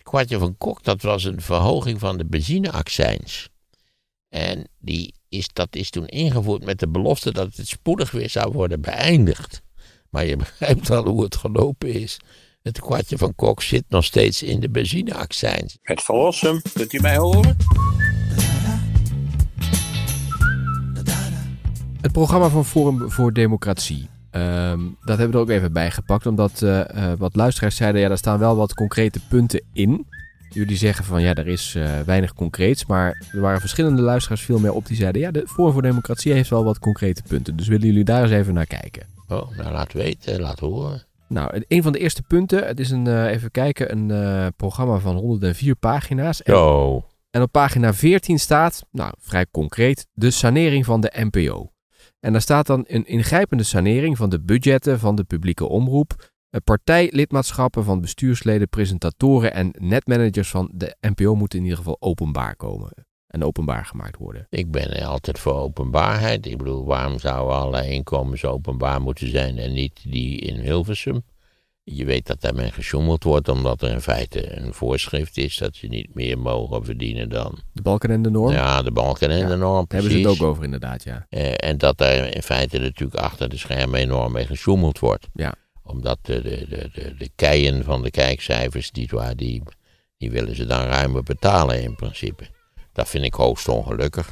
Kwartje van Kok, dat was een verhoging van de benzineaccijns. En dat is toen ingevoerd met de belofte dat het spoedig weer zou worden beëindigd. Maar je begrijpt al hoe het gelopen is. Het Kwartje van Kok zit nog steeds in de benzineaccijns. Het Verlossum, kunt u mij horen? Het programma van Forum voor Democratie. Dat hebben we er ook even bij gepakt. Omdat wat luisteraars zeiden, daar staan wel wat concrete punten in. Jullie zeggen van er is weinig concreets. Maar er waren verschillende luisteraars veel meer op die zeiden... de Forum voor Democratie heeft wel wat concrete punten. Dus willen jullie daar eens even naar kijken? Oh, nou laat weten, laat horen. Nou, een van de eerste punten. Het is een programma van 104 pagina's. En op pagina 14 staat, vrij concreet, de sanering van de NPO. En daar staat dan een ingrijpende sanering van de budgetten van de publieke omroep, partijlidmaatschappen van bestuursleden, presentatoren en netmanagers van de NPO moeten in ieder geval openbaar komen en openbaar gemaakt worden. Ik ben altijd voor openbaarheid. Ik bedoel, waarom zouden alle inkomens openbaar moeten zijn en niet die in Hilversum? Je weet dat daarmee gesjoemeld wordt, omdat er in feite een voorschrift is dat ze niet meer mogen verdienen dan... De balken en de norm? Ja, de balken en de norm, precies. Daar hebben ze het ook over inderdaad, ja. En dat er in feite natuurlijk achter de schermen enorm mee gesjoemeld wordt. Ja. Omdat de keien van de kijkcijfers, die willen ze dan ruimer betalen in principe. Dat vind ik hoogst ongelukkig.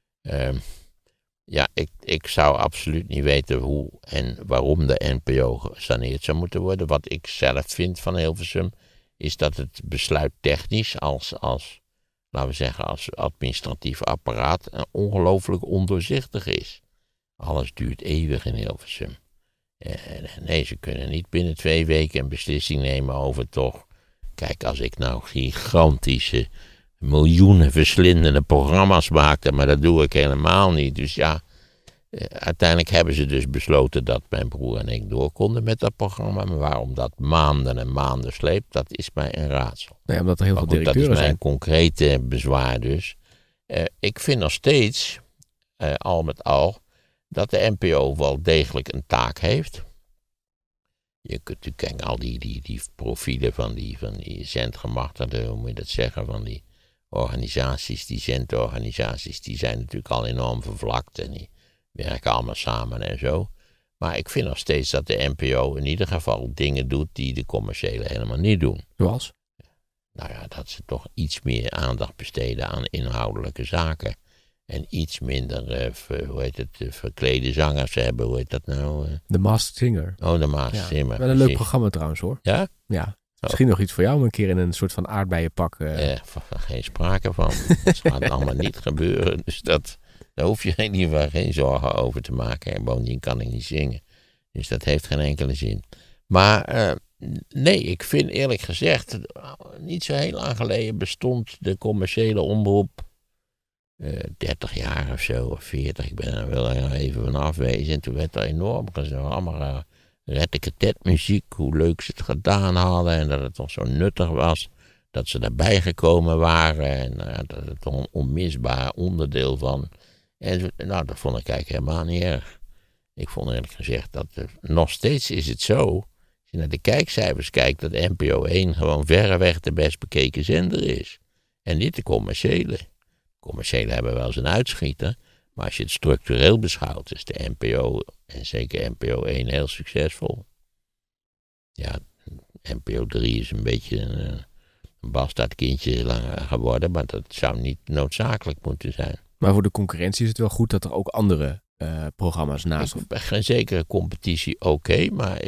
Ik zou absoluut niet weten hoe en waarom de NPO gesaneerd zou moeten worden. Wat ik zelf vind van Hilversum is dat het besluit technisch als laten we zeggen, als administratief apparaat ongelooflijk ondoorzichtig is. Alles duurt eeuwig in Hilversum. Nee, ze kunnen niet binnen 2 weken een beslissing nemen over toch. Kijk, als ik nou gigantische, miljoenen verslindende programma's maakte, maar dat doe ik helemaal niet. Dus ja, uiteindelijk hebben ze dus besloten dat mijn broer en ik door konden met dat programma. Maar waarom dat maanden en maanden sleept, dat is mij een raadsel. Nee, omdat er heel veel directeuren zijn. Dat is mijn concrete bezwaar dus. Ik vind nog steeds, al met al, dat de NPO wel degelijk een taak heeft. Je kunt natuurlijk kijken, al die profielen van die zendgemachtigden, hoe moet je dat zeggen, van die organisaties, die zendorganisaties, die zijn natuurlijk al enorm vervlakt en die werken allemaal samen en zo. Maar ik vind nog steeds dat de NPO in ieder geval dingen doet die de commerciële helemaal niet doen. Zoals? Nou ja, dat ze toch iets meer aandacht besteden aan inhoudelijke zaken. En iets minder, verklede zangers hebben. Hoe heet dat nou? The Masked Singer. Oh, The Masked Singer. Wel een leuk programma trouwens hoor. Ja? Ja. Misschien nog iets voor jou om een keer in een soort van aardbeienpak. Geen sprake van. Dat gaat allemaal niet gebeuren. Dus daar hoef je in ieder geval geen zorgen over te maken. En bovendien kan ik niet zingen. Dus dat heeft geen enkele zin. Maar nee, ik vind eerlijk gezegd, niet zo heel lang geleden bestond de commerciële omroep 30 jaar of zo, of 40. Ik ben er wel even van afwezen. En toen werd er enorm gezegd, allemaal retteketet-muziek, hoe leuk ze het gedaan hadden en dat het toch zo nuttig was dat ze daarbij gekomen waren en dat het toch een onmisbaar onderdeel van. En dat vond ik eigenlijk helemaal niet erg. Ik vond eerlijk gezegd dat nog steeds is het zo, als je naar de kijkcijfers kijkt, dat NPO 1 gewoon verreweg de best bekeken zender is. En niet de commerciële. De commerciële hebben wel eens een uitschieter, maar als je het structureel beschouwt, is de NPO, en zeker NPO 1, heel succesvol. Ja, NPO 3 is een beetje een bastaardkindje geworden, maar dat zou niet noodzakelijk moeten zijn. Maar voor de concurrentie is het wel goed dat er ook andere programma's naast... Geen zekere competitie, oké, maar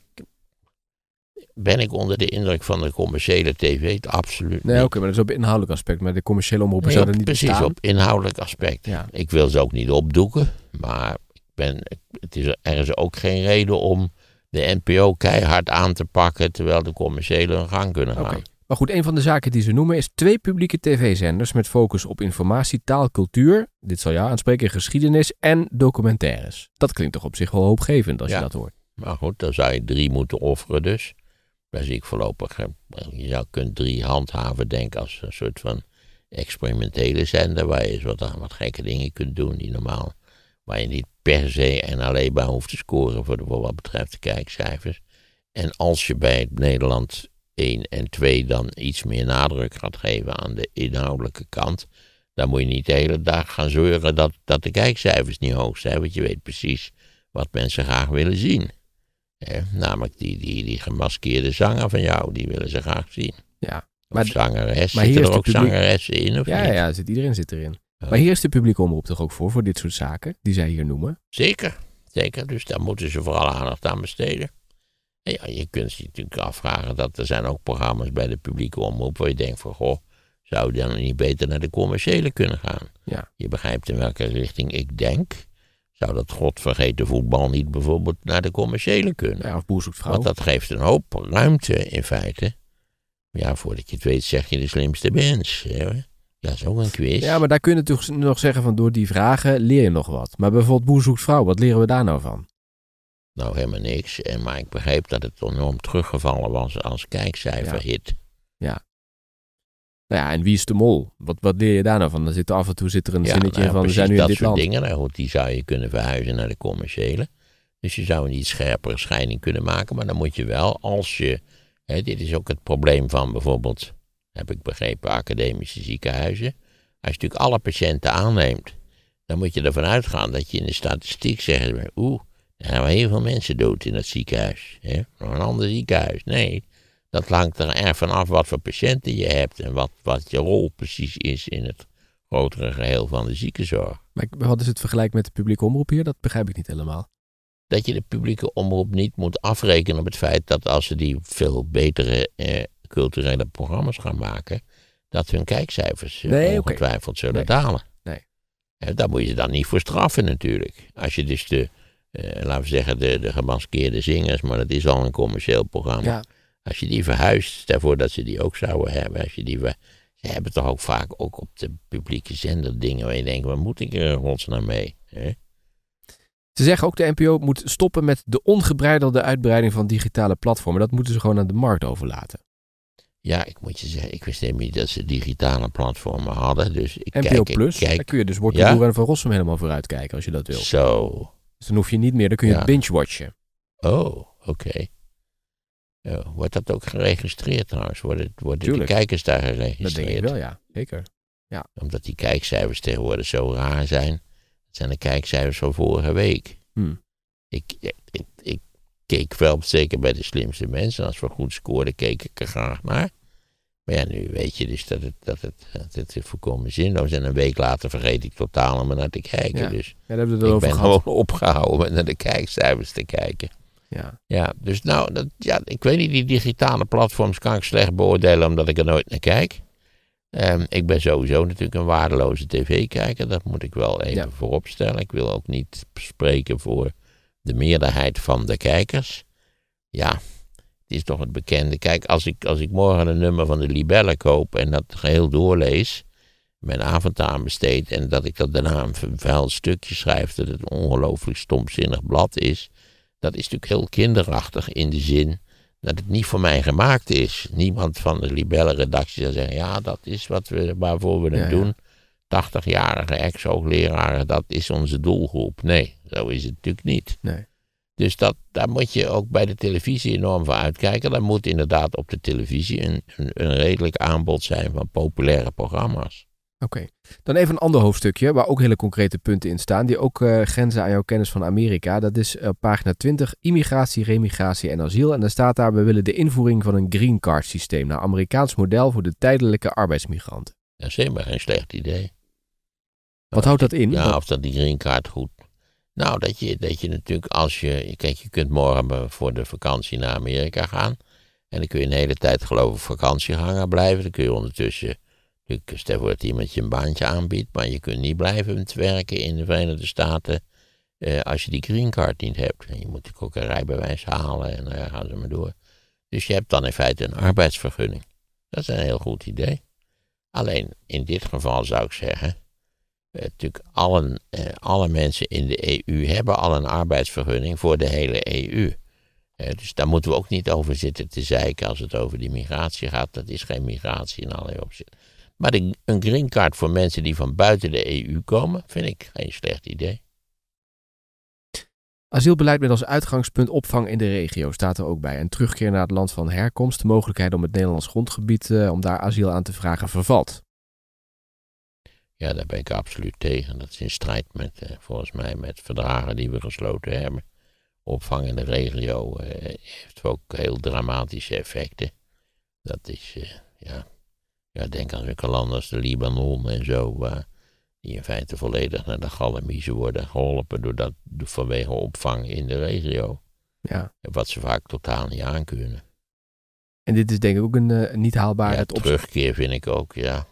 ben ik onder de indruk van de commerciële tv? Absoluut nee, niet. Oké, maar dat is op inhoudelijk aspect. Maar de commerciële omroepen zouden niet precies, bestaan. Op inhoudelijk aspect. Ja. Ik wil ze ook niet opdoeken, maar er is ook geen reden om de NPO keihard aan te pakken, terwijl de commerciële hun gang kunnen gaan. Okay. Maar goed, een van de zaken die ze noemen is 2 publieke tv-zenders met focus op informatie, taal, cultuur. Dit zal jou aanspreken, geschiedenis en documentaires. Dat klinkt toch op zich wel hoopgevend als je dat hoort. Maar goed, dan zou je 3 moeten offeren dus. Daar zie ik voorlopig, je kunt 3 handhaven denken als een soort van experimentele zender, waar je wat gekke dingen kunt doen die normaal, waar je niet per se en alleen maar hoeft te scoren voor wat betreft de kijkcijfers. En als je bij Nederland 1 en 2 dan iets meer nadruk gaat geven aan de inhoudelijke kant, dan moet je niet de hele dag gaan zeuren dat de kijkcijfers niet hoog zijn, want je weet precies wat mensen graag willen zien. Namelijk die gemaskeerde zanger van jou, die willen ze graag zien. Ja. Maar zangeres, maar zitten er ook zangeressen in? Of niet? Ja, iedereen zit erin. Oh. Maar hier is de publieke omroep toch ook voor dit soort zaken, die zij hier noemen? Zeker. Dus daar moeten ze vooral aandacht aan besteden. En ja, je kunt je natuurlijk afvragen dat er zijn ook programma's bij de publieke omroep waar je denkt van, goh, zou je dan niet beter naar de commerciële kunnen gaan? Ja. Je begrijpt in welke richting ik denk. Zou dat godvergeten voetbal niet bijvoorbeeld naar de commerciële kunnen? Ja, of Boer zoekt vrouw. Want dat geeft een hoop ruimte in feite. Ja, voordat je het weet zeg je de slimste mens. Dat is ook een quiz. Ja, maar daar kun je natuurlijk nog zeggen van door die vragen leer je nog wat. Maar bijvoorbeeld Boer zoekt vrouw, wat leren we daar nou van? Nou, helemaal niks. Maar ik begreep dat het enorm teruggevallen was als kijkcijferhit. Ja. Nou ja, en Wie is de Mol? Wat leer je daar nou van? Dan zit er af en toe een zinnetje van, we zijn nu in dit land. Dat soort dingen, die zou je kunnen verhuizen naar de commerciële. Dus je zou een iets scherpere scheiding kunnen maken. Maar dan moet je wel, als je... dit is ook het probleem van bijvoorbeeld, heb ik begrepen, academische ziekenhuizen. Als je natuurlijk alle patiënten aanneemt, dan moet je ervan uitgaan dat je in de statistiek zegt, er gaan heel veel mensen dood in dat ziekenhuis. Nog een ander ziekenhuis. Nee, dat hangt er erg van af wat voor patiënten je hebt en wat je rol precies is in het grotere geheel van de ziekenzorg. Maar wat is het vergelijk met de publieke omroep hier? Dat begrijp ik niet helemaal. Dat je de publieke omroep niet moet afrekenen op het feit dat als ze die veel betere culturele programma's gaan maken, dat hun kijkcijfers ongetwijfeld zullen dalen. Nee. Daar moet je ze dan niet voor straffen natuurlijk. Als je dus laten we zeggen, de gemaskeerde zingers, maar dat is al een commercieel programma. Ja. Als je die verhuist, stel voor dat ze die ook zouden hebben. Ze hebben toch ook vaak ook op de publieke zender dingen waar je denkt, waar moet ik er godsnaam mee? Ze zeggen ook de NPO moet stoppen met de ongebreidelde uitbreiding van digitale platformen. Dat moeten ze gewoon aan de markt overlaten. Ja, ik moet je zeggen, ik wist helemaal niet dat ze digitale platformen hadden. Dus NPO Plus, daar kun je dus Wortelboer en Van Rossum helemaal vooruit kijken als je dat wil. Zo. Dus dan hoef je niet meer, dan kun je binge-watchen. Oh, oké. Wordt dat ook geregistreerd trouwens? Worden de kijkers daar geregistreerd? Dat denk ik wel, ja. Zeker. Ja. Omdat die kijkcijfers tegenwoordig zo raar zijn. Dat zijn de kijkcijfers van vorige week. Ik keek wel, zeker bij de slimste mensen. Als we goed scoorden, keek ik er graag naar. Maar ja, nu weet je dus dat het volkomen zinloos is. En een week later vergeet ik totaal om er naar te kijken. Ja. Dus daar hebben we het ik ben gehad. gewoon opgehouden met naar de kijkcijfers te kijken. Ja, dus ik weet niet, die digitale platforms kan ik slecht beoordelen omdat ik er nooit naar kijk. Ik ben sowieso natuurlijk een waardeloze tv-kijker, dat moet ik wel even vooropstellen. Ik wil ook niet spreken voor de meerderheid van de kijkers. Ja, het is toch het bekende. Kijk, als ik morgen een nummer van de Libellen koop en dat geheel doorlees, mijn avond aan besteed en dat ik dat daarna een vuil stukje schrijf dat het een ongelooflijk stomzinnig blad is, dat is natuurlijk heel kinderachtig in de zin dat het niet voor mij gemaakt is. Niemand van de Libelle-redactie zal zeggen, ja, dat is waarvoor we het doen. 80-jarige ex-hoogleraren, dat is onze doelgroep. Nee, zo is het natuurlijk niet. Nee. Dus daar moet je ook bij de televisie enorm voor uitkijken. Dan moet inderdaad op de televisie een redelijk aanbod zijn van populaire programma's. Oké. Dan even een ander hoofdstukje waar ook hele concrete punten in staan. Die ook grenzen aan jouw kennis van Amerika. Dat is op pagina 20, immigratie, remigratie en asiel. En daar staat daar, we willen de invoering van een green card systeem. Naar Amerikaans model voor de tijdelijke arbeidsmigranten. Dat is helemaal geen slecht idee. Wat houdt dat in? Ja, of dat die green card goed. Nou, dat je natuurlijk kijk, je kunt morgen voor de vakantie naar Amerika gaan. En dan kun je een hele tijd geloof ik vakantieganger blijven. Dan kun je ondertussen, stel voor dat iemand je een baantje aanbiedt. Maar je kunt niet blijven werken in de Verenigde Staten als je die green card niet hebt. En je moet natuurlijk ook een rijbewijs halen en dan gaan ze maar door. Dus je hebt dan in feite een arbeidsvergunning. Dat is een heel goed idee. Alleen in dit geval zou ik zeggen, natuurlijk alle mensen in de EU hebben al een arbeidsvergunning voor de hele EU. Dus daar moeten we ook niet over zitten te zeiken als het over die migratie gaat. Dat is geen migratie in allerlei opzichten. Maar een green card voor mensen die van buiten de EU komen, vind ik geen slecht idee. Asielbeleid met als uitgangspunt opvang in de regio staat er ook bij. En terugkeer naar het land van herkomst, de mogelijkheid om het Nederlands grondgebied, om daar asiel aan te vragen, vervalt. Ja, daar ben ik absoluut tegen. Dat is in strijd met, volgens mij, met verdragen die we gesloten hebben. Opvang in de regio heeft ook heel dramatische effecten. Dat is, denk aan zulke landen als de Libanon en zo, die in feite volledig naar de galamiezen worden geholpen vanwege opvang in de regio. Ja. Wat ze vaak totaal niet aankunnen. En dit is denk ik ook een niet haalbare... Ja, terugkeer vind ik ook, ja.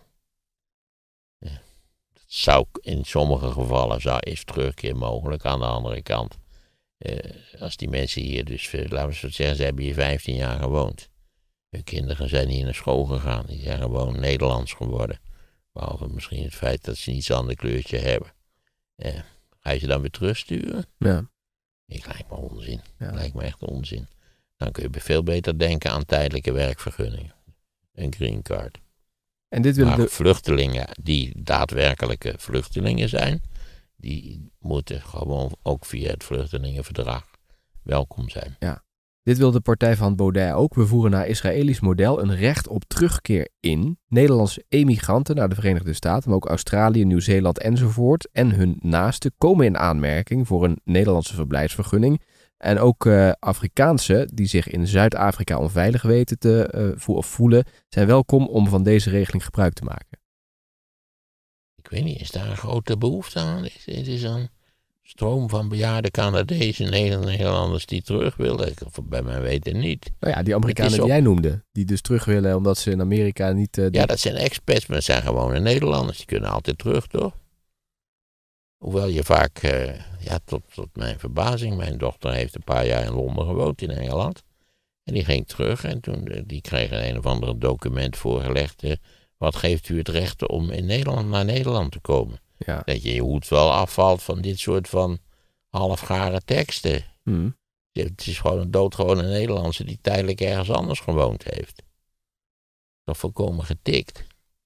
In sommige gevallen is terugkeer mogelijk. Aan de andere kant, als die mensen hier dus, laten we zo zeggen, ze hebben hier 15 jaar gewoond. Hun kinderen zijn hier naar school gegaan. Die zijn gewoon Nederlands geworden. Behalve misschien het feit dat ze een iets ander kleurtje hebben. Ga je ze dan weer terugsturen? Ja. Ik lijkt me onzin. Ja. Lijkt me echt onzin. Dan kun je veel beter denken aan tijdelijke werkvergunningen. Een green card. En dit willen maar vluchtelingen die daadwerkelijke vluchtelingen zijn, die moeten gewoon ook via het vluchtelingenverdrag welkom zijn. Ja. Dit wil de partij van Baudet ook. We voeren naar Israëlisch model een recht op terugkeer in. Nederlandse emigranten naar de Verenigde Staten, maar ook Australië, Nieuw-Zeeland enzovoort. En hun naasten komen in aanmerking voor een Nederlandse verblijfsvergunning. En ook Afrikaanse die zich in Zuid-Afrika onveilig weten te voelen, zijn welkom om van deze regeling gebruik te maken. Ik weet niet, is daar een grote behoefte aan? Het is een stroom van bejaarde Canadezen, Nederlanders die terug willen. Bij mij weten niet. Nou ja, die Amerikanen die jij noemde, die dus terug willen omdat ze in Amerika niet... Ja, dat zijn expats, maar dat zijn gewone Nederlanders. Die kunnen altijd terug, toch? Hoewel je vaak, tot mijn verbazing, mijn dochter heeft een paar jaar in Londen gewoond, in Engeland. En die ging terug en toen die kreeg een of ander document voorgelegd. Wat geeft u het recht om naar Nederland te komen? Ja. Dat je hoed wel afvalt van dit soort van halfgare teksten. Het is gewoon een doodgewone Nederlandse die tijdelijk ergens anders gewoond heeft. Toch volkomen getikt.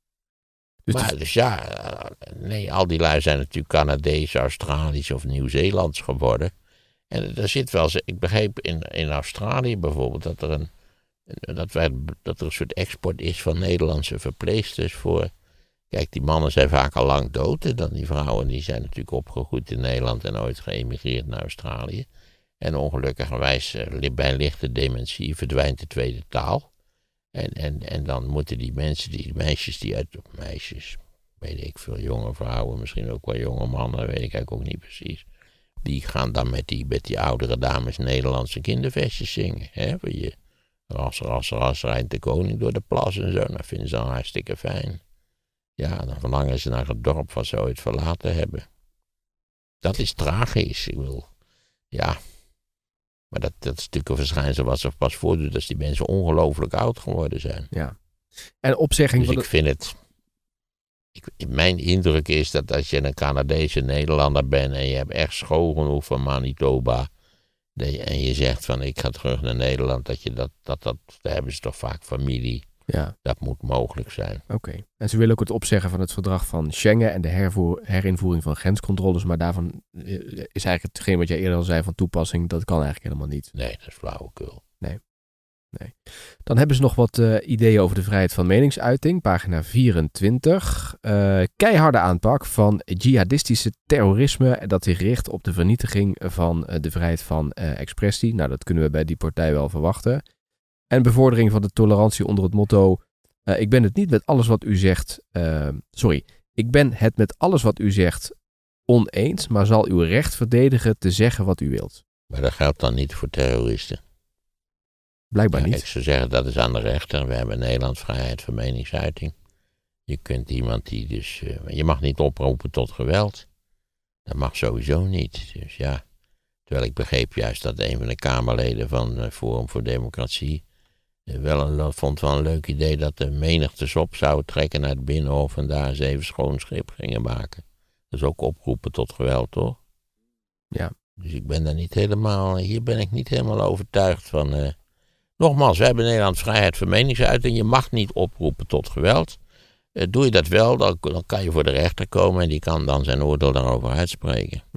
Al die lui zijn natuurlijk Canadees, Australisch of Nieuw-Zeelands geworden. En er zit wel, ik begreep in Australië bijvoorbeeld dat er een soort export is van Nederlandse verpleegsters voor. Kijk, die mannen zijn vaak al lang dood. En dan die vrouwen die zijn natuurlijk opgegroeid in Nederland en ooit geëmigreerd naar Australië. En ongelukkigerwijs bij lichte dementie verdwijnt de tweede taal. En dan moeten die meisjes, weet ik veel, jonge vrouwen, misschien ook wel jonge mannen, weet ik eigenlijk ook niet precies. Die gaan dan met die oudere dames Nederlandse kinderversjes zingen. Hè? Voor je ras rijdt de koning door de plas en zo. Dat vinden ze dan hartstikke fijn. Ja, dan verlangen ze naar het dorp wat ze ooit verlaten hebben. Dat is tragisch, ik wil. Ja. Maar dat is natuurlijk een verschijnsel wat zich pas voordoet als die mensen ongelooflijk oud geworden zijn. Ja. En opzegging dus mijn indruk is dat als je een Canadese Nederlander bent en je hebt echt school genoeg van Manitoba en je zegt van ik ga terug naar Nederland, daar hebben ze toch vaak familie. Ja. Dat moet mogelijk zijn. Oké. En ze willen ook het opzeggen van het verdrag van Schengen en de herinvoering van grenscontroles. Maar daarvan is eigenlijk hetgeen wat jij eerder al zei van toepassing. Dat kan eigenlijk helemaal niet. Nee, dat is flauwekul. Nee. Dan hebben ze nog wat ideeën over de vrijheid van meningsuiting. Pagina 24. Keiharde aanpak van jihadistische terrorisme. Dat zich richt op de vernietiging van de vrijheid van expressie. Nou, dat kunnen we bij die partij wel verwachten. En bevordering van de tolerantie onder het motto. Ik ben het met alles wat u zegt oneens, maar zal uw recht verdedigen te zeggen wat u wilt. Maar dat geldt dan niet voor terroristen? Blijkbaar niet. Ik zou zeggen, dat is aan de rechter. We hebben in Nederland vrijheid van meningsuiting. Je kunt iemand die dus... je mag niet oproepen tot geweld. Dat mag sowieso niet. Dus ja. Terwijl ik begreep juist dat een van de Kamerleden van Forum voor Democratie vond wel een leuk idee dat de menigtes op zouden trekken naar het Binnenhof en daar eens even schoon schip gingen maken. Dat is ook oproepen tot geweld, toch? Ja. Dus ik ben daar hier ben ik niet helemaal overtuigd van. Nogmaals, wij hebben in Nederland vrijheid van meningsuiting. Je mag niet oproepen tot geweld. Doe je dat wel, dan kan je voor de rechter komen en die kan dan zijn oordeel daarover uitspreken. Ja.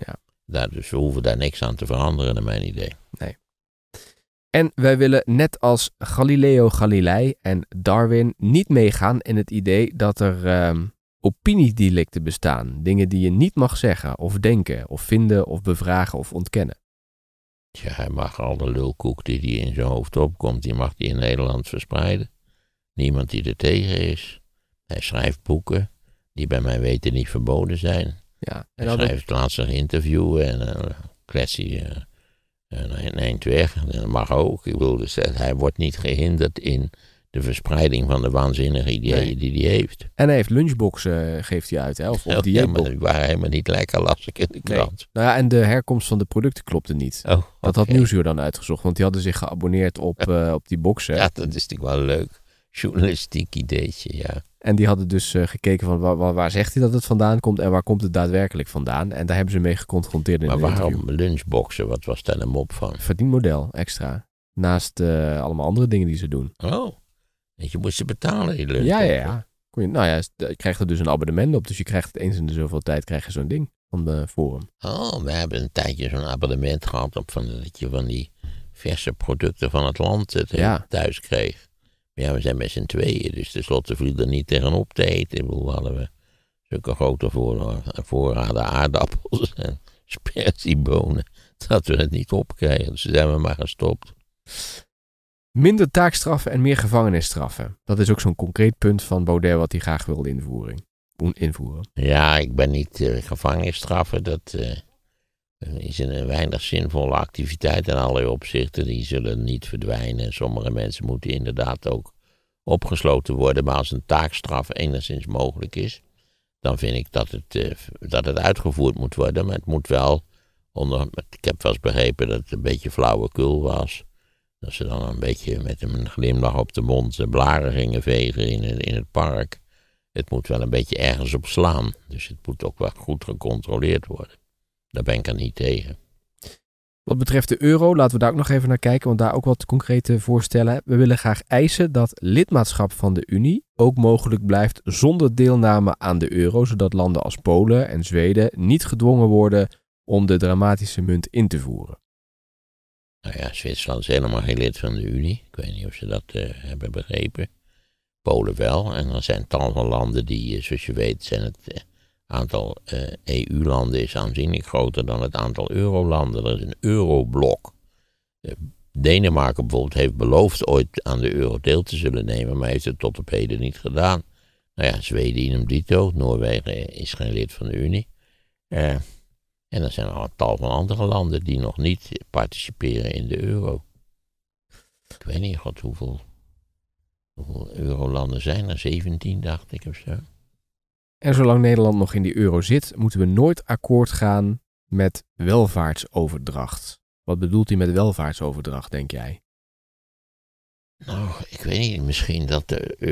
Dus we hoeven daar niks aan te veranderen, naar mijn idee. Nee. En wij willen net als Galileo Galilei en Darwin niet meegaan in het idee dat er opiniedelicten bestaan. Dingen die je niet mag zeggen of denken of vinden of bevragen of ontkennen. Ja, hij mag al de lulkoek die in zijn hoofd opkomt, die mag hij in Nederland verspreiden. Niemand die er tegen is. Hij schrijft boeken die bij mijn weten niet verboden zijn. Ja, hij schrijft laatst een interview en kwestie een eind weg. Dat mag ook. Ik bedoel, dus hij wordt niet gehinderd in de verspreiding van de waanzinnige ideeën die hij heeft. En hij heeft lunchboxen, geeft hij uit, hè? Of dieetboxen. Maar die waren helemaal niet lekker, las ik in de krant. Nee. Nou ja, en de herkomst van de producten klopte niet. Dat had Nieuwsuur dan uitgezocht, want die hadden zich geabonneerd op die boxen. Ja, dat is natuurlijk wel een leuk journalistiek ideetje, ja. En die hadden dus gekeken van waar zegt hij dat het vandaan komt en waar komt het daadwerkelijk vandaan. En daar hebben ze mee geconfronteerd in maar een interview. waarom lunchboxen? Wat was daar een mop van? Verdienmodel, extra. Naast allemaal andere dingen die ze doen. Oh, je moet ze betalen, die lunchboxen. Ja. Je krijgt er dus een abonnement op. Dus je krijgt het eens in de zoveel tijd krijg je zo'n ding van de Forum. Oh, we hebben een tijdje zo'n abonnement gehad op dat je van die verse producten van het land thuis kreeg. Ja, we zijn met z'n tweeën, dus tenslotte viel er niet tegenop te eten. Ik bedoel, hadden we zulke grote voorraden aardappels en sperziebonen, dat we het niet opkregen. Dus zijn we maar gestopt. Minder taakstraffen en meer gevangenisstraffen. Dat is ook zo'n concreet punt van Baudet wat hij graag wil invoeren. Ja, ik ben niet gevangenisstraffen. Dat is een weinig zinvolle activiteit in allerlei opzichten. Die zullen niet verdwijnen. Sommige mensen moeten inderdaad ook opgesloten worden. Maar als een taakstraf enigszins mogelijk is, dan vind ik dat het uitgevoerd moet worden. Maar het moet wel ik heb wel eens begrepen dat het een beetje flauwekul was. Dat ze dan een beetje met een glimlach op de mond de blaren gingen vegen in het park. Het moet wel een beetje ergens op slaan. Dus het moet ook wel goed gecontroleerd worden. Daar ben ik er niet tegen. Wat betreft de euro, laten we daar ook nog even naar kijken, want daar ook wat concrete voorstellen. We willen graag eisen dat lidmaatschap van de Unie ook mogelijk blijft zonder deelname aan de euro, zodat landen als Polen en Zweden niet gedwongen worden om de dramatische munt in te voeren. Nou ja, Zwitserland is helemaal geen lid van de Unie. Ik weet niet of ze dat hebben begrepen. Polen wel. En er zijn tal van landen die, zoals je weet, zijn het aantal EU-landen is aanzienlijk groter dan het aantal eurolanden. Er is een euroblok. Denemarken bijvoorbeeld heeft beloofd ooit aan de euro deel te zullen nemen, maar heeft het tot op heden niet gedaan. Nou ja, Zweden idem dito. Noorwegen is geen lid van de Unie. En er zijn al een tal van andere landen die nog niet participeren in de euro. Ik weet niet hoeveel eurolanden zijn er? 17, dacht ik of zo. En zolang Nederland nog in die euro zit, moeten we nooit akkoord gaan met welvaartsoverdracht. Wat bedoelt hij met welvaartsoverdracht, denk jij? Nou, ik weet niet. Misschien dat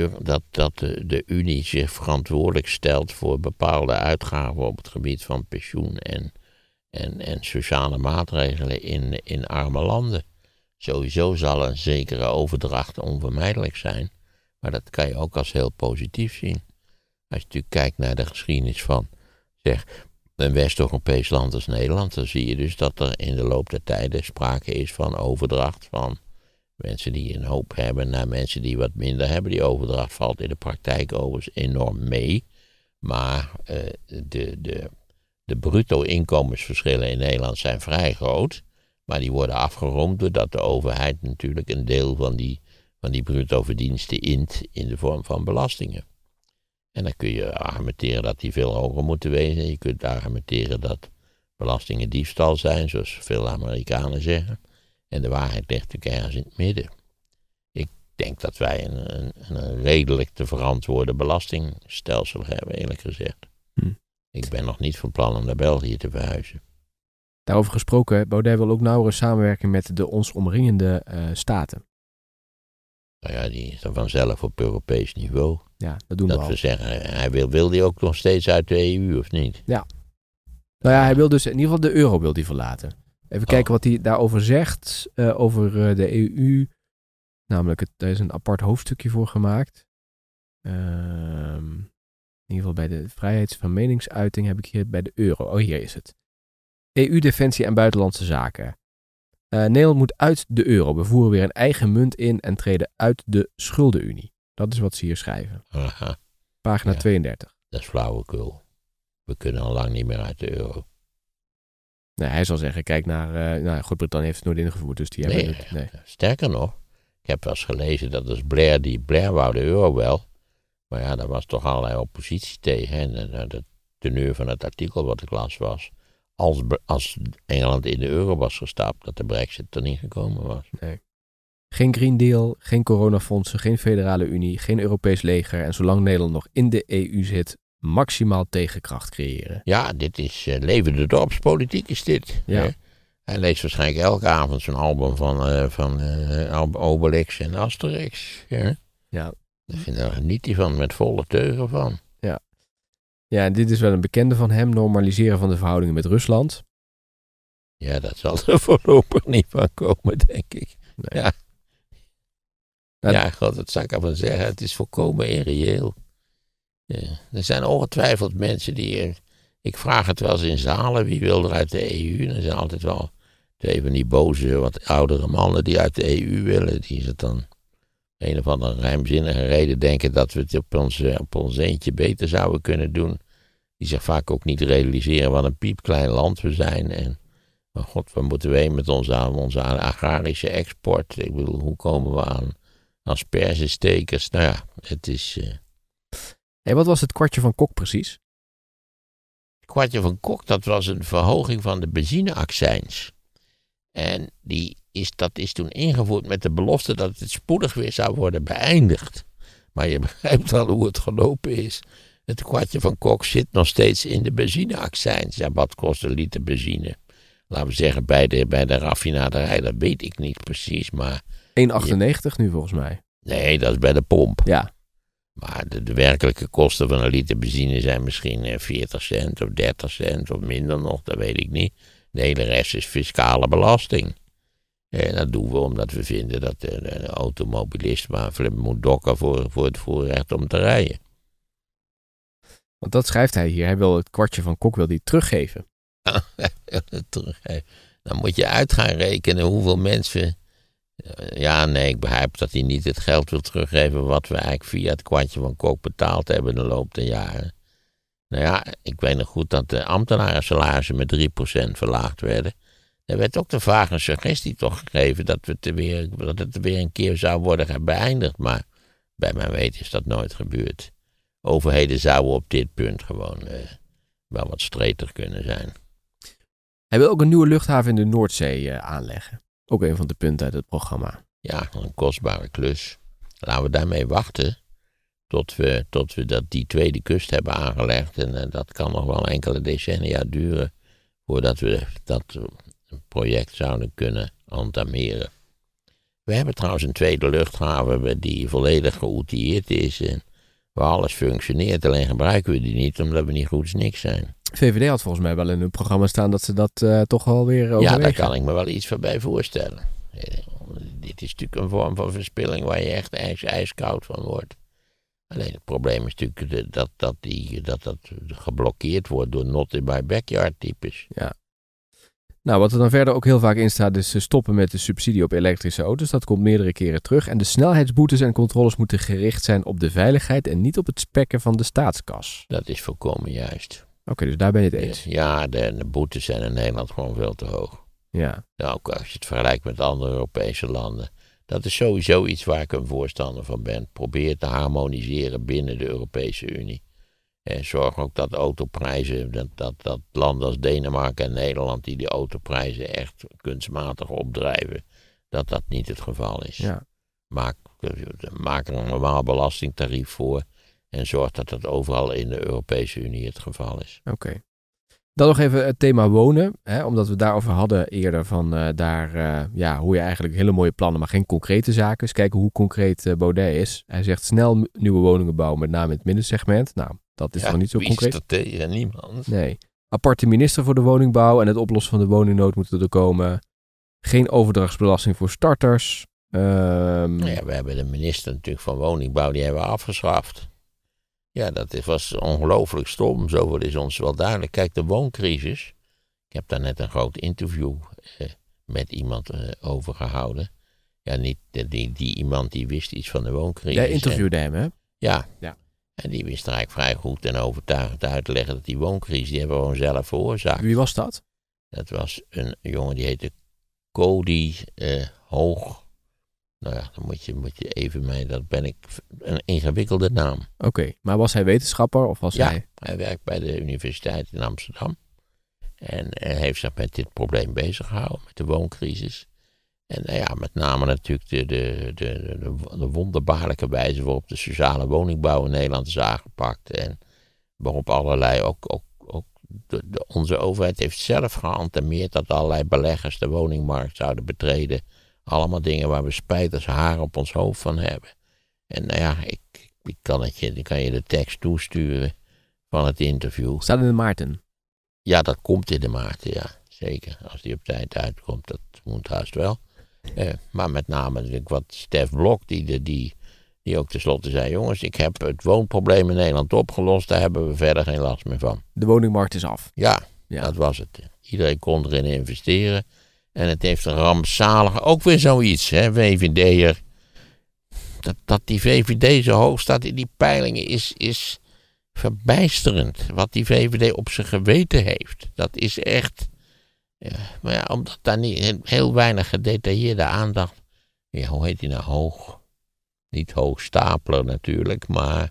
de Unie zich verantwoordelijk stelt voor bepaalde uitgaven op het gebied van pensioen en sociale maatregelen in arme landen. Sowieso zal een zekere overdracht onvermijdelijk zijn, maar dat kan je ook als heel positief zien. Als je natuurlijk kijkt naar de geschiedenis van een West-Europees land als Nederland, dan zie je dus dat er in de loop der tijden sprake is van overdracht van mensen die een hoop hebben naar mensen die wat minder hebben. Die overdracht valt in de praktijk overigens enorm mee, maar de bruto inkomensverschillen in Nederland zijn vrij groot, maar die worden afgerond doordat de overheid natuurlijk een deel van die bruto verdiensten in de vorm van belastingen. En dan kun je argumenteren dat die veel hoger moeten wezen. Je kunt argumenteren dat belastingen diefstal zijn, zoals veel Amerikanen zeggen. En de waarheid ligt natuurlijk ergens in het midden. Ik denk dat wij een redelijk te verantwoorden belastingstelsel hebben, eerlijk gezegd. Ik ben nog niet van plan om naar België te verhuizen. Daarover gesproken, Baudet wil ook nauwere samenwerking met de ons omringende staten. Nou ja, die is dan vanzelf op Europees niveau. Ja, dat doen we al. Dat we zeggen, wil die ook nog steeds uit de EU of niet? Ja. Nou ja, hij wil dus in ieder geval de euro wil die verlaten. Even kijken wat hij daarover zegt, over de EU. Namelijk, er is een apart hoofdstukje voor gemaakt. In ieder geval bij de vrijheid van meningsuiting heb ik hier bij de euro. Oh, hier is het. EU-defensie en buitenlandse zaken. Nederland moet uit de euro. We voeren weer een eigen munt in en treden uit de schuldenunie. Dat is wat ze hier schrijven. Aha. Pagina 32. Dat is flauwekul. We kunnen al lang niet meer uit de euro. Nee, hij zal zeggen, kijk naar Groot-Brittannië heeft het nooit ingevoerd. Dus die hebben het. Nee. Sterker nog, ik heb wel eens gelezen dat dus Blair wou de euro wel. Maar ja, daar was toch allerlei oppositie tegen. En de teneur van het artikel wat ik las was, als Engeland in de euro was gestapt, dat de Brexit er niet gekomen was. Nee. Geen Green Deal, geen coronafondsen, geen federale unie, geen Europees leger. En zolang Nederland nog in de EU zit, maximaal tegenkracht creëren. Ja, dit is levende dorpspolitiek is dit. Ja. Hè? Hij leest waarschijnlijk elke avond zo'n album van Obelix en Asterix. Hè? Ja. Daar geniet hij van met volle teugen van. Ja, en dit is wel een bekende van hem, normaliseren van de verhoudingen met Rusland. Ja, dat zal er voorlopig niet van komen, denk ik. Nee. Ja. Nou, Ja, god, dat zou ik ervan zeggen. Het is volkomen irreëel. Ja. Er zijn ongetwijfeld mensen die... ik vraag het wel eens in zalen, wie wil er uit de EU? Er zijn altijd wel twee van die boze, wat oudere mannen die uit de EU willen. Die het dan een of andere geheimzinnige reden denken dat we het op ons eentje beter zouden kunnen doen. Die zich vaak ook niet realiseren wat een piepklein land we zijn. Maar god, waar moeten we heen met onze agrarische export? Ik bedoel, hoe komen we aan aspergestekers? Nou ja, het is... Hey, wat was het kwartje van Kok precies? Het kwartje van Kok, dat was een verhoging van de benzineaccijns. En dat is toen ingevoerd met de belofte dat het spoedig weer zou worden beëindigd. Maar je begrijpt al hoe het gelopen is. Het kwartje van Kok zit nog steeds in de benzineaccijns. Ja, wat kost een liter benzine? Laten we zeggen, bij de raffinaderij, dat weet ik niet precies, maar... 1,98 nu volgens mij. Nee, dat is bij de pomp. Ja. Maar de werkelijke kosten van een liter benzine zijn misschien 40 cent of 30 cent of minder nog, dat weet ik niet. De hele rest is fiscale belasting. En dat doen we omdat we vinden dat de automobilist maar moet dokken voor het voorrecht om te rijden. Want dat schrijft hij hier. Hij wil het kwartje van Kok wil die teruggeven. Dan moet je uit gaan rekenen hoeveel mensen... Ja, nee, ik begrijp dat hij niet het geld wil teruggeven wat we eigenlijk via het kwartje van Kok betaald hebben in de loop der jaren. Nou ja, ik weet nog goed dat de ambtenarensalarissen met 3% verlaagd werden. Er werd ook de vage suggestie toch gegeven dat het er weer een keer zou worden beëindigd. Maar bij mijn weten is dat nooit gebeurd. Overheden zouden op dit punt gewoon wel wat streter kunnen zijn. Hij wil ook een nieuwe luchthaven in de Noordzee aanleggen. Ook een van de punten uit het programma. Ja, een kostbare klus. Laten we daarmee wachten tot we die tweede kust hebben aangelegd. En dat kan nog wel enkele decennia duren voordat we dat project zouden kunnen entameren. We hebben trouwens een tweede luchthaven die volledig geoutilleerd is en waar alles functioneert. Alleen gebruiken we die niet omdat we niet goed niks zijn. VVD had volgens mij wel in hun programma staan dat ze dat toch wel weer overwegen. Ja, daar kan ik me wel iets van bij voorstellen. Dit is natuurlijk een vorm van verspilling waar je echt ijskoud van wordt. Alleen het probleem is natuurlijk dat geblokkeerd wordt door not in my backyard types. Ja. Nou, wat er dan verder ook heel vaak in staat is stoppen met de subsidie op elektrische auto's. Dat komt meerdere keren terug. En de snelheidsboetes en controles moeten gericht zijn op de veiligheid en niet op het spekken van de staatskas. Dat is volkomen juist. Oké, dus daar ben je het eens. Ja, de boetes zijn in Nederland gewoon veel te hoog. Ja. Nou, ook als je het vergelijkt met andere Europese landen. Dat is sowieso iets waar ik een voorstander van ben. Probeer te harmoniseren binnen de Europese Unie. En zorg ook dat autoprijzen, dat landen als Denemarken en Nederland die de autoprijzen echt kunstmatig opdrijven, dat niet het geval is. Ja. Maak er een normaal belastingtarief voor en zorg dat dat overal in de Europese Unie het geval is. Oké. Dan nog even het thema wonen, omdat we het daarover hadden eerder van hoe je eigenlijk hele mooie plannen, maar geen concrete zaken. Dus kijken hoe concreet Baudet is. Hij zegt snel nieuwe woningen bouwen, met name in het middensegment. Nou, dat is nog niet zo concreet. Wie is er tegen? Niemand. Nee. Aparte minister voor de woningbouw en het oplossen van de woningnood moeten er komen. Geen overdrachtsbelasting voor starters. Nou ja, we hebben de minister natuurlijk van woningbouw, die hebben we afgeschaft. Ja, dat was ongelooflijk stom. Zoveel is ons wel duidelijk. Kijk, de wooncrisis. heb daar net een groot interview met iemand over gehouden. Ja, niet die iemand die wist iets van de wooncrisis. Jij interviewde hem, hè? Ja. En die wist er eigenlijk vrij goed en overtuigend uit te leggen dat die wooncrisis, die hebben we gewoon zelf veroorzaakt. Wie was dat? Dat was een jongen die heette Cody Hoog. Nou ja, dan moet je even mee, dat ben ik, een ingewikkelde naam. Oké, maar was hij wetenschapper of was hij... Hij werkt bij de Universiteit in Amsterdam. En heeft zich met dit probleem bezig gehouden, met de wooncrisis. En met name natuurlijk de wonderbaarlijke wijze waarop de sociale woningbouw in Nederland is aangepakt. En waarop allerlei, ook onze overheid heeft zelf geantameerd dat allerlei beleggers de woningmarkt zouden betreden. Allemaal dingen waar we spijt als haar op ons hoofd van hebben. En ik kan je de tekst toesturen van het interview. Staat in de Maarten? Ja, dat komt in de Maarten, ja. Zeker. Als die op tijd uitkomt, dat moet haast wel. Maar met name natuurlijk wat Stef Blok, die ook tenslotte zei, jongens, ik heb het woonprobleem in Nederland opgelost, daar hebben we verder geen last meer van. De woningmarkt is af. Ja, dat was het. Iedereen kon erin investeren. En het heeft een rampzalige, ook weer zoiets, hè, VVD'er. Dat die VVD zo hoog staat in die peilingen is verbijsterend. Wat die VVD op zijn geweten heeft. Dat is echt... Ja, maar ja, omdat daar niet heel weinig gedetailleerde aandacht... Ja, hoe heet die nou? Hoog... Niet Hoogstapler natuurlijk, maar...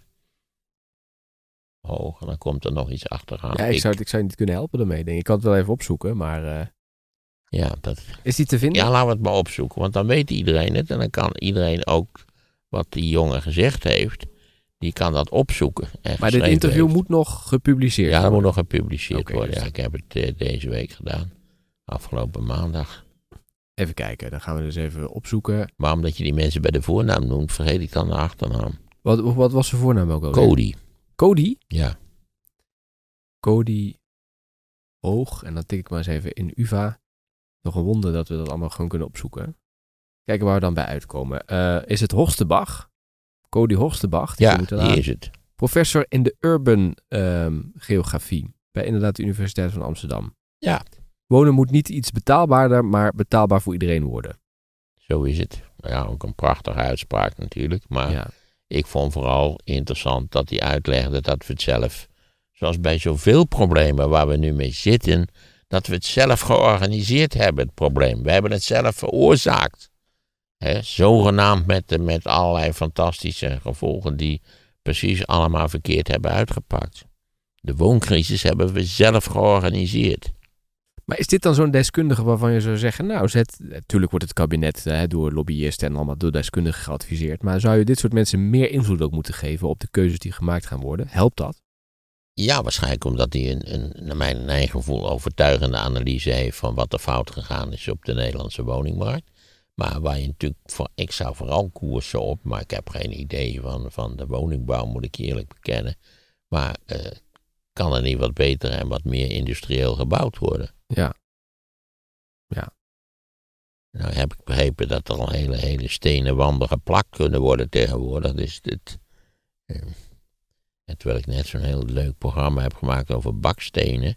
Hoog, en dan komt er nog iets achteraan. Ja, ik zou je niet kunnen helpen daarmee, denk ik. Ik kan het wel even opzoeken, maar... Ja, dat... Is die te vinden? Ja, laten we het maar opzoeken, want dan weet iedereen het. En dan kan iedereen ook wat die jongen gezegd heeft... Die kan dat opzoeken. Maar dit interview moet nog gepubliceerd worden? Ja, dat moet nog gepubliceerd worden. Dus... Ja, ik heb het deze week gedaan. Afgelopen maandag. Even kijken, dan gaan we dus even opzoeken. Maar omdat je die mensen bij de voornaam noemt, vergeet ik dan de achternaam. Wat was zijn voornaam ook alweer? Cody. Cody? Ja. Cody Hoog. En dan tik ik maar eens even in UvA. Nog een wonder dat we dat allemaal gewoon kunnen opzoeken. Kijken waar we dan bij uitkomen. Is het Horstenbach? Cody Horstenbach. Ja, die is het. Professor in de urban geografie. Bij inderdaad de Universiteit van Amsterdam. Ja. Wonen moet niet iets betaalbaarder, maar betaalbaar voor iedereen worden. Zo is het. Ja, ook een prachtige uitspraak natuurlijk. Maar ik vond vooral interessant dat hij uitlegde dat we het zelf, zoals bij zoveel problemen waar we nu mee zitten, dat we het zelf georganiseerd hebben, het probleem. We hebben het zelf veroorzaakt. Zogenaamd met allerlei fantastische gevolgen die precies allemaal verkeerd hebben uitgepakt. De wooncrisis hebben we zelf georganiseerd. Maar is dit dan zo'n deskundige waarvan je zou zeggen, natuurlijk wordt het kabinet door lobbyisten en allemaal door deskundigen geadviseerd, maar zou je dit soort mensen meer invloed ook moeten geven op de keuzes die gemaakt gaan worden? Helpt dat? Ja, waarschijnlijk omdat hij naar mijn eigen gevoel overtuigende analyse heeft van wat er fout gegaan is op de Nederlandse woningmarkt. Maar waar je natuurlijk, ik zou vooral koersen op, maar ik heb geen idee van de woningbouw, moet ik eerlijk bekennen. Maar kan er niet wat beter en wat meer industrieel gebouwd worden? Ja. Nou heb ik begrepen dat er al hele stenen wanden geplakt kunnen worden tegenwoordig. Dus terwijl ik net zo'n heel leuk programma heb gemaakt over bakstenen.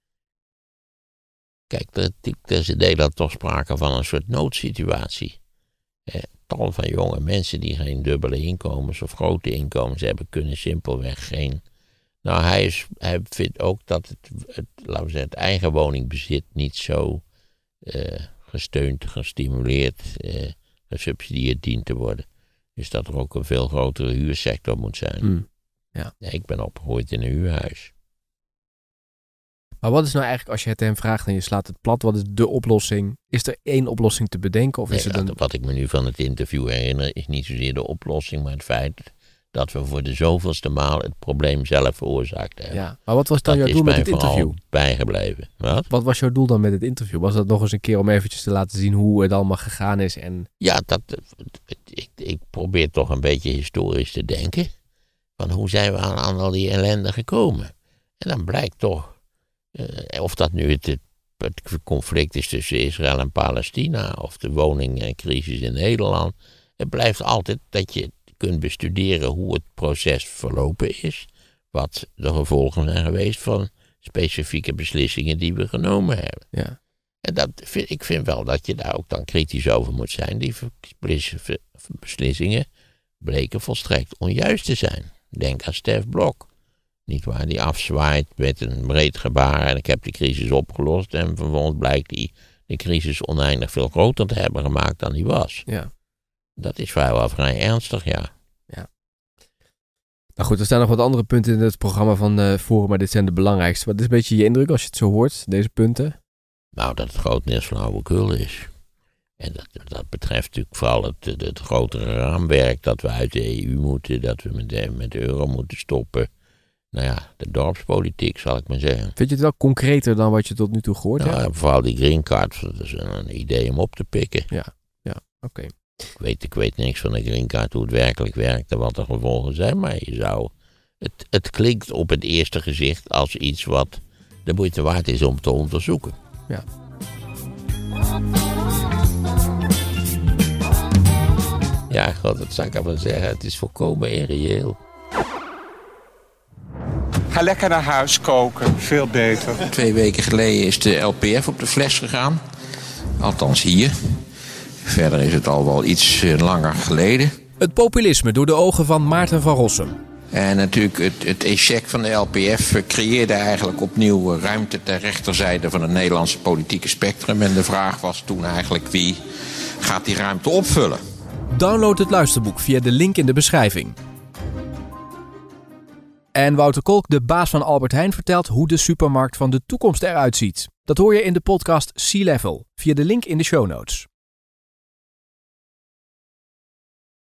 Kijk, er is in Nederland toch sprake van een soort noodsituatie. Tal van jonge mensen die geen dubbele inkomens of grote inkomens hebben, kunnen simpelweg geen... Nou, hij vindt ook dat laten we zeggen, het eigen woningbezit niet zo gesteund, gestimuleerd, gesubsidieerd dient te worden. Dus dat er ook een veel grotere huursector moet zijn. Ja, ik ben opgegroeid in een huurhuis. Maar wat is nou eigenlijk, als je het hem vraagt en je slaat het plat, wat is de oplossing? Is er één oplossing te bedenken? Of is het Wat ik me nu van het interview herinner, is niet zozeer de oplossing, maar het feit dat we voor de zoveelste maal het probleem zelf veroorzaakt hebben. Ja, maar wat was dan jouw doel met het interview? Dat is mij bijgebleven. Wat was jouw doel dan met het interview? Was dat nog eens een keer om eventjes te laten zien hoe het allemaal gegaan is? Ja, ik probeer toch een beetje historisch te denken. Van hoe zijn we aan al die ellende gekomen? En dan blijkt toch, of dat nu het conflict is tussen Israël en Palestina, of de woningcrisis in Nederland. Het blijft altijd dat je kunt bestuderen hoe het proces verlopen is. Wat de gevolgen zijn geweest van specifieke beslissingen die we genomen hebben. Ja. En ik vind wel dat je daar ook dan kritisch over moet zijn. Die beslissingen bleken volstrekt onjuist te zijn. Denk aan Stef Blok. Niet waar, die afzwaait met een breed gebaar en ik heb de crisis opgelost. En vervolgens blijkt die de crisis oneindig veel groter te hebben gemaakt dan die was. Ja. Dat is vrijwel vrij ernstig, ja. Nou goed, er staan nog wat andere punten in het programma van Forum, maar dit zijn de belangrijkste. Wat is een beetje je indruk als je het zo hoort, deze punten? Nou, dat het grotendeels flauwekul is. En dat betreft natuurlijk vooral het grotere raamwerk dat we uit de EU moeten, dat we met de euro moeten stoppen. Nou ja, de dorpspolitiek zal ik maar zeggen. Vind je het wel concreter dan wat je tot nu toe gehoord hebt? Nou, vooral die green card, dat is een idee om op te pikken. Ja, oké. Ik weet niks van de green card, hoe het werkelijk werkt en wat de gevolgen zijn, maar je zou... Het klinkt op het eerste gezicht als iets wat de moeite waard is om te onderzoeken. Ja. Ja, god, dat zou ik wel zeggen. Het is volkomen irreëel. Ga lekker naar huis koken, veel beter. 2 weken geleden is de LPF op de fles gegaan. Althans hier. Verder is het al wel iets langer geleden. Het populisme door de ogen van Maarten van Rossum. En natuurlijk het échec van de LPF creëerde eigenlijk opnieuw ruimte ter rechterzijde van het Nederlandse politieke spectrum. En de vraag was toen eigenlijk wie gaat die ruimte opvullen. Download het luisterboek via de link in de beschrijving. En Wouter Kolk, de baas van Albert Heijn, vertelt hoe de supermarkt van de toekomst eruit ziet. Dat hoor je in de podcast Sea Level via de link in de show notes.